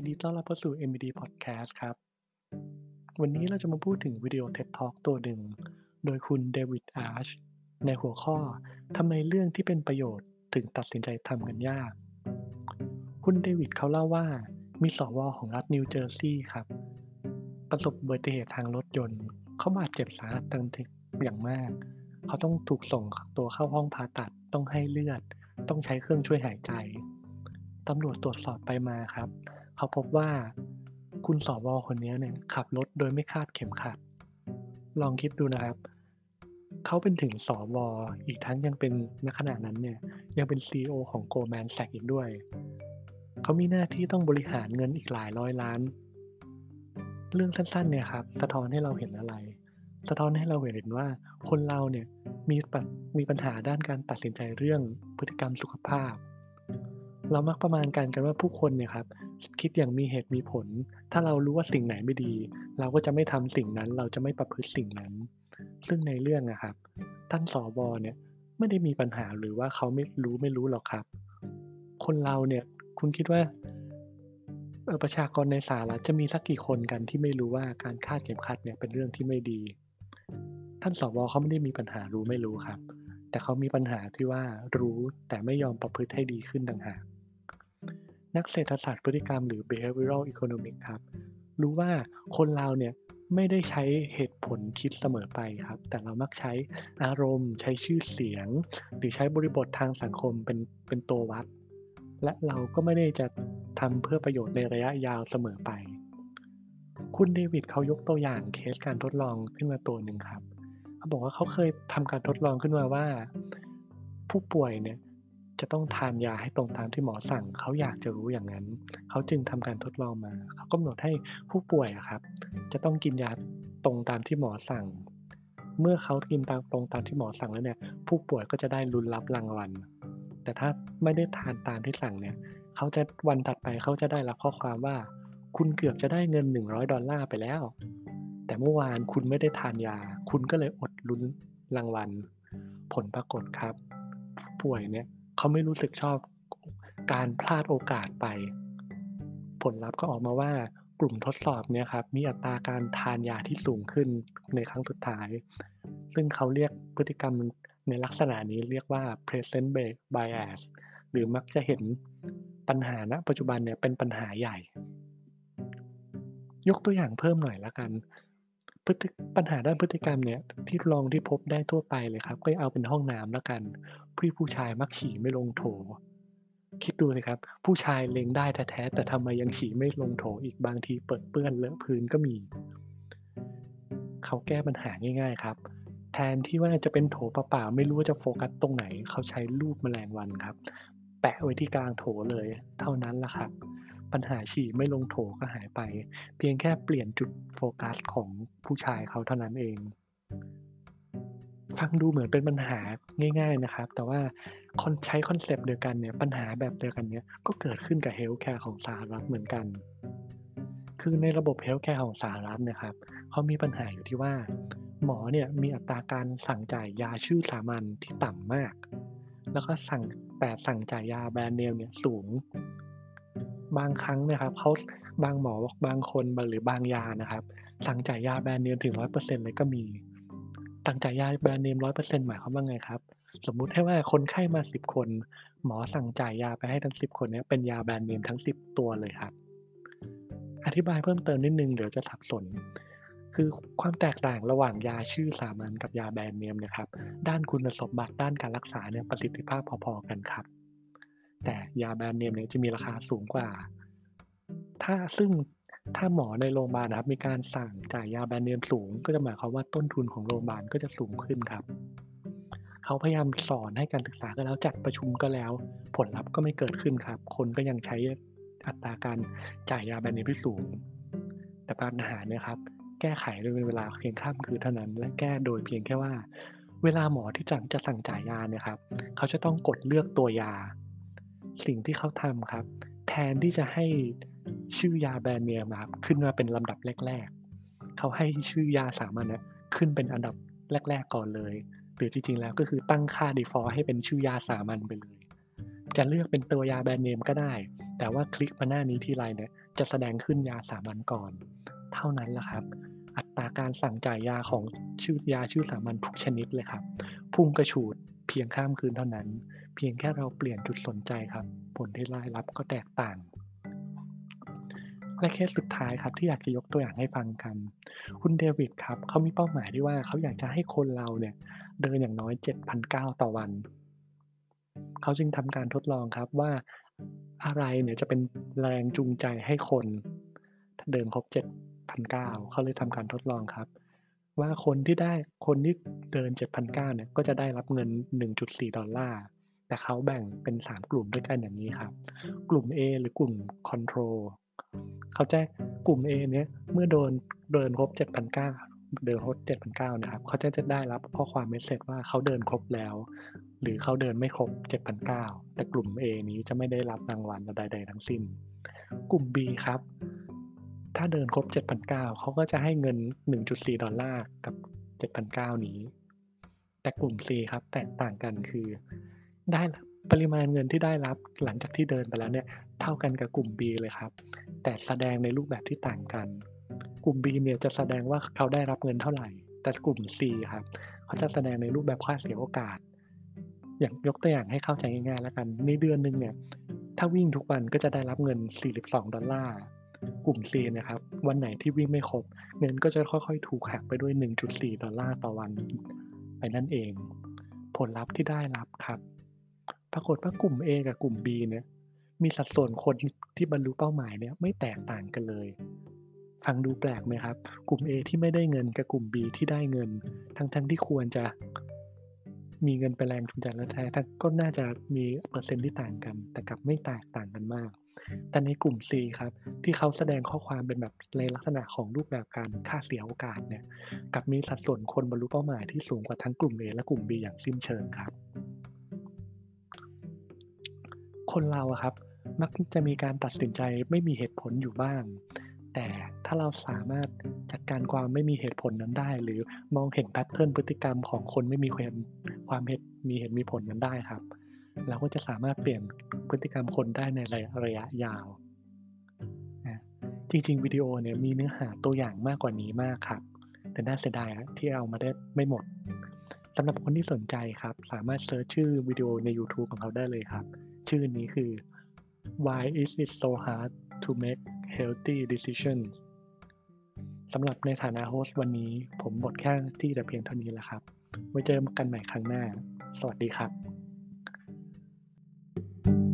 ดีต้อนรับเข้าสู่ MBD Podcast ครับวันนี้เราจะมาพูดถึงวิดีโอ TED Talk ตัวหนึ่งโดยคุณเดวิดอาร์ชในหัวข้อทำไมเรื่องที่เป็นประโยชน์ถึงตัดสินใจทำกันยากคุณเดวิดเขาเล่าว่ามีสวของรัฐนิวเจอร์ซีย์ครับประสบอุบัติเหตุทางรถยนต์เขาบาดเจ็บสาหัสอย่างมากเขาต้องถูกส่งตัวเข้าห้องผ่าตัดต้องให้เลือดต้องใช้เครื่องช่วยหายใจตำรวจตรวจสอบไปมาครับ เขาพบว่าคุณสวคนนี้เนี่ยขับรถโดยไม่คาดเข็มขัดลองคิดดูนะครับเขาเป็นถึงสวอีกทั้งยังเป็นณขณะนั้นเนี่ยยังเป็น CEO ของ Goldman Sachs อีกด้วยเขามีหน้าที่ต้องบริหารเงินอีกหลายร้อยล้านเรื่องสั้นๆเนี่ยครับสะท้อนให้เราเห็นอะไรสะท้อนให้เราเห็นว่าคนเราเนี่ยมีปัญมีปัญหาด้านการตัดสินใจเรื่องพฤติกรรมสุขภาพ เรามักประมาณการกันว่าผู้คนเนี่ยครับคิดอย่างมีเหตุมีผลถ้าเรารู้ว่าสิ่งไหนไม่ดีเราก็จะไม่ทำสิ่งนั้นเราจะไม่ประพฤติสิ่งนั้นซึ่งในเรื่องอะครับท่านสวเนี่ยไม่ได้มีปัญหาหรือว่าเขาไม่รู้หรอกครับคนเราเนี่ยคุณคิดว่าประชากรในสหรัฐจะมีสักกี่คนกันที่ไม่รู้ว่าการคาดเข็มขัดเนี่ยเป็นเรื่องที่ไม่ดีท่านสวเขาไม่ได้มีปัญหารู้ไม่รู้ครับแต่เขามีปัญหาที่ว่ารู้แต่ไม่ยอมประพฤติให้ดีขึ้นต่างหาก นักเศรษฐศาสตร์พฤติกรรมหรือ behavioral economics ครับรู้ว่าคนเราเนี่ยไม่ได้ใช้เหตุผลคิดเสมอไปครับแต่เรามักใช้อารมณ์ใช้ชื่อเสียงหรือใช้บริบททางสังคมเป็นตัววัดและเราก็ไม่ได้จะทำเพื่อประโยชน์ในระยะยาวเสมอไปคุณเดวิดเขายกตัวอย่างเคสการทดลองขึ้นมาตัวหนึ่งครับเขาบอกว่าเขาเคยทำการทดลองขึ้นมาว่าผู้ป่วยเนี่ย จะต้องทานยาให้ตรงตามที่หมอสั่งเขาอยากจะรู้อย่างนั้นเขาจึงทำการทดลองมาเขากำหนดให้ผู้ป่วยอะครับจะต้องกินยาตรงตามที่หมอสั่งเมื่อเขากินตรงตามที่หมอสั่งแล้วเนี่ยผู้ป่วยก็จะได้ลุ้นรับรางวัลแต่ถ้าไม่ได้ทานตามที่สั่งเนี่ยเขาจะวันถัดไปเขาจะได้รับข้อความว่าคุณเกือบจะได้เงิน$100ไปแล้วแต่เมื่อวานคุณไม่ได้ทานยาคุณก็เลยอดลุ้นรางวัลผลปรากฏครับผู้ป่วยเนี่ย เขาไม่รู้สึกชอบการพลาดโอกาสไปผลลัพธ์ก็ออกมาว่ากลุ่มทดสอบเนี่ยครับมีอัตราการทานยาที่สูงขึ้นในครั้งสุดท้ายซึ่งเขาเรียกพฤติกรรมในลักษณะนี้เรียกว่า present bias หรือมักจะเห็นปัญหาณปัจจุบันเนี่ยเป็นปัญหาใหญ่ ยกตัวอย่างเพิ่มหน่อยแล้วกันพฤติปัญหาด้านพฤติกรรมเนี่ยที่พบได้ทั่วไปเลยครับก็เอาเป็นห้องน้ำแล้วกันผู้ชายมักฉี่ไม่ลงโถคิดดูสิครับผู้ชายเล็งได้แท้ๆแต่ทำไมยังฉี่ไม่ลงโถอีกบางทีเปื้อนเลอะพื้นก็มีเขาแก้ปัญหาง่ายๆครับแทนที่ว่าจะเป็นโถเปล่าๆไม่รู้ว่าจะโฟกัสตรงไหนเขาใช้รูปแมลงวันครับแปะไว้ที่กลางโถเลยเท่านั้นแหละครับปัญหาฉี่ไม่ลงโถก็หายไป เพียงแค่เปลี่ยนจุดโฟกัสของผู้ชายเขาเท่านั้นเองฟังดูเหมือนเป็นปัญหาง่ายๆนะครับแต่ว่าใช้คอนเซปต์เดียวกันเนี่ยปัญหาแบบเดียวกันเนี่ยก็เกิดขึ้นกับ Healthcare ของสหรัฐเหมือนกันคือในระบบ Healthcare ของสหรัฐเนี่ยครับเขามีปัญหาอยู่ที่ว่าหมอเนี่ยมีอัตราการสั่งจ่ายยาชื่อสามัญที่ต่ำมากแล้วก็สั่งจ่ายยาแบรนด์เนมเนี่ยสูง บางครั้งเนี่ยครับบางหมอบางคนหรือบางยานะครับสั่งจ่ายยาแบรนด์เนมถึง100%เลยก็มีสั่งจ่ายยาแบรนด์เนม100%หมายความว่าไงครับสมมุติให้ว่าคนไข้มา10คนหมอสั่งจ่ายยาไปให้ทั้ง10คนเนี้ยเป็นยาแบรนด์เนมทั้ง10ตัวเลยครับอธิบายเพิ่มเติมนิดหนึ่งเดี๋ยวจะสับสนคือความแตกต่างระหว่างยาชื่อสามัญกับยาแบรนด์เนมเนี่ยครับด้านคุณสมบัติด้านการรักษาเนี่ยประสิทธิภาพพอๆกันครับ แต่ยาแบรนด์เนมเนี่ยจะมีราคาสูงกว่าถ้าซึ่งถ้าหมอในโรงพยาบาลนะครับมีการสั่งจ่ายยาแบรนด์เนมสูงก็จะหมายความว่าต้นทุนของโรงพยาบาลก็จะสูงขึ้นครับเขาพยายามสอนให้การศึกษาก็แล้วจัดประชุมก็แล้วผลลัพธ์ก็ไม่เกิดขึ้นครับคนก็ยังใช้อัตราการจ่ายยาแบรนด์เนมที่สูงแต่ปัญหาเนี่ยครับแก้ไขโดยเวลาเพียงข้ามคืนเท่านั้นและแก้โดยเพียงแค่ว่าเวลาหมอที่จะสั่งจ่ายยาเนี่ยครับเขาจะต้องกดเลือกตัวยา สิ่งที่เขาทำครับแทนที่จะให้ชื่อยาแบรนด์เนมอะครับขึ้นมาเป็นลำดับแรกๆเขาให้ชื่อยาสามัญน่ะขึ้นเป็นอันดับแรกๆก่อนเลยหรือจริงๆแล้วก็คือตั้งค่า default ให้เป็นชื่อยาสามัญไปเลยจะเลือกเป็นตัวยาแบรนด์เนมก็ได้แต่ว่าคลิกมาหน้านี้ทีไรเนี่ยจะแสดงขึ้นยาสามัญก่อนเท่านั้นแหละครับอัตราการสั่งจ่ายยาของชื่อสามัญทุกชนิดเลยครับพุ่งกระฉูดเพียงข้ามคืนเท่านั้นเพียงแค่เราเปลี่ยนจุดสนใจครับผลที่ได้รับก็แตกต่างและเคสสุดท้ายครับที่อยากจะยกตัวอย่างให้ฟังกันคุณเดวิดครับเขามีเป้าหมายที่ว่าเขาอยากจะให้คนเราเนี่ยเดินอย่างน้อย 7,000 ก้าวต่อวัน เขาจึงทำการทดลองครับว่าอะไรเนี่ยจะเป็นแรงจูงใจให้คนเดินครบ7,009เขาเลยทำการทดลองครับว่าคนที่เดิน7,009เนี่ยก็จะได้รับเงิน$1.4แต่เขาแบ่งเป็น3กลุ่มด้วยกันอย่างงี้ครับกลุ่ม A หรือกลุ่มคอนโทรลเขาจะกลุ่ม A เนี่ยเมื่อเดินครบ7,900เดินครบ7,900นะครับเขาจะได้รับข้อความเมสเซจว่าเขาเดินครบแล้ว หรือเขาเดินไม่ครบ7,900แต่กลุ่ม A นี้จะไม่ได้รับรางวัลใดๆทั้งสิ้นกลุ่ม B ครับถ้าเดินครบ7,900เขาก็จะให้เงิน$1.4กับ7,900นี้แต่กลุ่ม C ครับแตกต่างกันคือได้ปริมาณเงินที่ได้รับหลังจากที่เดินไปแล้วเนี่ยเท่ากันกับกลุ่ม B เลยครับแต่แสดงในรูปแบบที่ต่างกันกลุ่ม B เนี่ยจะแสดงว่าเขาได้รับเงินเท่าไรแต่กลุ่ม C ครับเขาจะแสดงในรูปแบบค่าเสียโอกาส อย่างยกตัวอย่างให้เข้าใจง่ายๆแล้วกันในเดือนหนึ่งเนี่ยถ้าวิ่งทุกวันก็จะได้รับเงิน$42กลุ่ม C นะครับวันไหนที่วิ่งไม่ครบเงินก็จะค่อยๆถูกหักไปด้วย$1.4ต่อวันไปนั่นเองผลลัพธ์ที่ได้รับครับปรากฏว่ากลุ่ม A กับกลุ่ม B เนี่ยมีสัดส่วนคนที่บรรลุเป้าหมายเนี่ยไม่แตกต่างกันเลยฟังดูแปลกไหมครับกลุ่ม A ที่ไม่ได้เงินกับกลุ่ม B ที่ได้เงินทั้งๆที่ควรจะ มีเงินเป็นแรงจูงใจและแท้ทั้งก็น่าจะมีเปอร์เซ็นต์ที่ต่างกันแต่กลับไม่แตกต่างกันมากแต่ในกลุ่ม C ครับที่เขาแสดงข้อความเป็นแบบในลักษณะของรูปแบบการค่าเสียโอกาสเนี่ยกลับมีสัดส่วนคนบรรลุเป้าหมายที่สูงกว่าทั้งกลุ่ม A และกลุ่ม B อย่างสิ้นเชิงครับคนเราอะครับมักจะมีการตัดสินใจไม่มีเหตุผลอยู่บ้างแต่ถ้าเราสามารถจัดการความไม่มีเหตุผลนั้นได้หรือมองเห็นแพตเทิร์นพฤติกรรมของคนไม่มีความมีเหตุมีผลนั้นได้ครับ เราก็จะสามารถเปลี่ยนพฤติกรรมคนได้ในระยะยาวนะจริงๆวิดีโอเนี่ยมีเนื้อหาตัวอย่างมากกว่านี้มากครับแต่น่าเสียดายครับที่เอามาได้ไม่หมดสำหรับคนที่สนใจครับสามารถเซิร์ชชื่อวิดีโอในยูทูบของเขาได้เลยครับชื่อนี้คือ Why is it so hard to make healthy decisions สำหรับในฐานะโฮสต์วันนี้ผมหมดแค่ที่แต่เพียงเท่านี้แหละครับไว้เจอกันใหม่ครั้งหน้าสวัสดีครับ